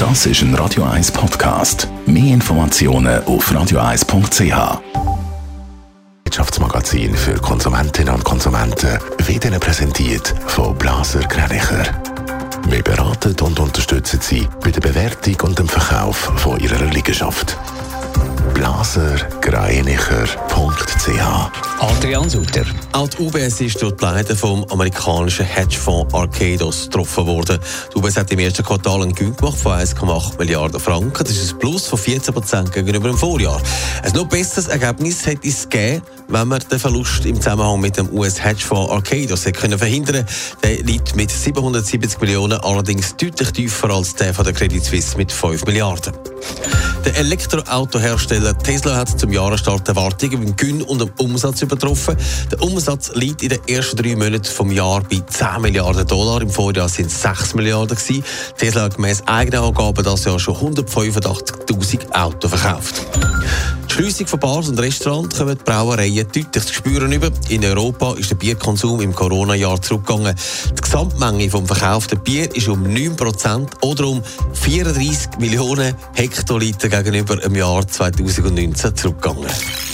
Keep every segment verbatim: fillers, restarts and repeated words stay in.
Das ist ein Radio eins Podcast. Mehr Informationen auf radio eins punkt c h. Wirtschaftsmagazin für Konsumentinnen und Konsumenten wird Ihnen präsentiert von Blaser Greinicher. Wir beraten und unterstützen Sie bei der Bewertung und dem Verkauf von Ihrer Liegenschaft. blaser greinicher punkt c h. Adrian Sutter. Auch die U B S ist durch die Pleite vom amerikanischen Hedgefonds Archegos getroffen worden. Die U B S hat im ersten Quartal einen Gewinn gemacht von eins Komma acht Milliarden Franken. Das ist ein Plus von vierzehn Prozent gegenüber dem Vorjahr. Ein noch besseres Ergebnis hätte es gegeben, wenn man den Verlust im Zusammenhang mit dem U S-Hedgefonds Archegos hätte können verhindern. Der liegt mit siebenhundertsiebzig Millionen allerdings deutlich tiefer als der von der Credit Suisse mit fünf Milliarden. Der Elektroautohersteller Tesla hat zum Jahresstart Erwartungen beim Gewinn und dem Umsatz übertroffen. Der Umsatz liegt in den ersten drei Monaten vom Jahr bei zehn Milliarden Dollar. Im Vorjahr sind es sechs Milliarden gewesen. Tesla hat gemäss eigenen Angaben das Jahr schon hundertfünfundachtzigtausend Autos verkauft. Die Schliessung von Bars und Restaurants kommen die Brauereien deutlich zu spüren über. In Europa ist der Bierkonsum im Corona-Jahr zurückgegangen. Die Gesamtmenge vom verkauften Bier ist um neun Prozent oder um vierunddreissig Millionen Hektoliter gegenüber dem Jahr zweitausendneunzehn zurückgegangen.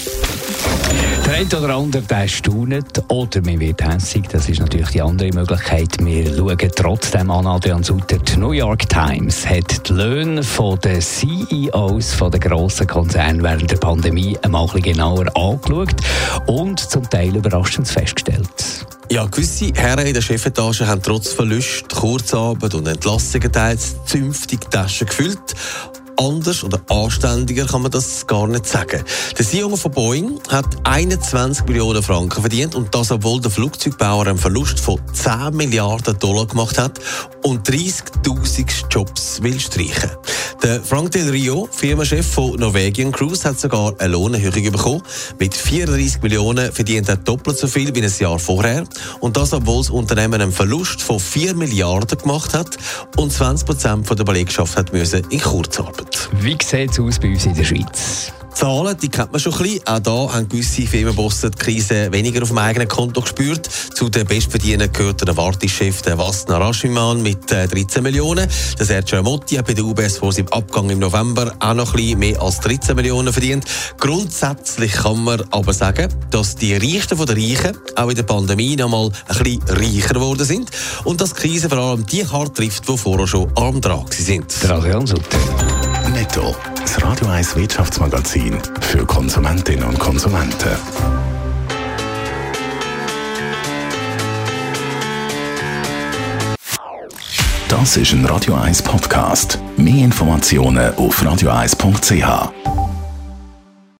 Der eine oder andere, der staunt oder man wird hässig. Das ist natürlich die andere Möglichkeit. Wir schauen trotzdem an, Adrian Sutter. Die New York Times hat die Löhne der C E Os der grossen Konzerne während der Pandemie einmal ein bisschen genauer angeschaut und zum Teil überraschend festgestellt. Ja, gewisse Herren in der Chefetage haben trotz Verlust, Kurzarbeit und Entlassungen teils zünftig Taschen gefüllt. Anders oder anständiger kann man das gar nicht sagen. Der C E O von Boeing hat einundzwanzig Millionen Franken verdient und das, obwohl der Flugzeugbauer einen Verlust von zehn Milliarden Dollar gemacht hat und dreißigtausend Jobs will streichen. Der Frank Del Rio, Firmenchef von Norwegian Cruise, hat sogar eine Lohnerhöhung bekommen. Mit vierunddreissig Millionen verdient er doppelt so viel wie ein Jahr vorher. Und das, obwohl das Unternehmen einen Verlust von vier Milliarden gemacht hat und zwanzig Prozent der Belegschaft hat müssen in Kurzarbeit. Wie sieht es aus bei uns in der Schweiz? Zahlen, die kennt man schon ein bisschen. Auch da haben gewisse Firmenbosse die Krise weniger auf dem eigenen Konto gespürt. Zu den Bestverdienern gehört der Wartischef der Wasner Raschiman mit dreizehn Millionen. Der Sergio Amotti hat bei der U B S vor seinem Abgang im November auch noch ein bisschen mehr als dreizehn Millionen verdient. Grundsätzlich kann man aber sagen, dass die Reichsten von den Reichen auch in der Pandemie noch mal ein bisschen reicher geworden sind und dass die Krise vor allem die hart trifft, die vorher schon arm dran sind. Der Adrian Sutter. Netto, das Radio eins Wirtschaftsmagazin für Konsumentinnen und Konsumenten. Das ist ein Radio eins Podcast. Mehr Informationen auf radio eins punkt c h.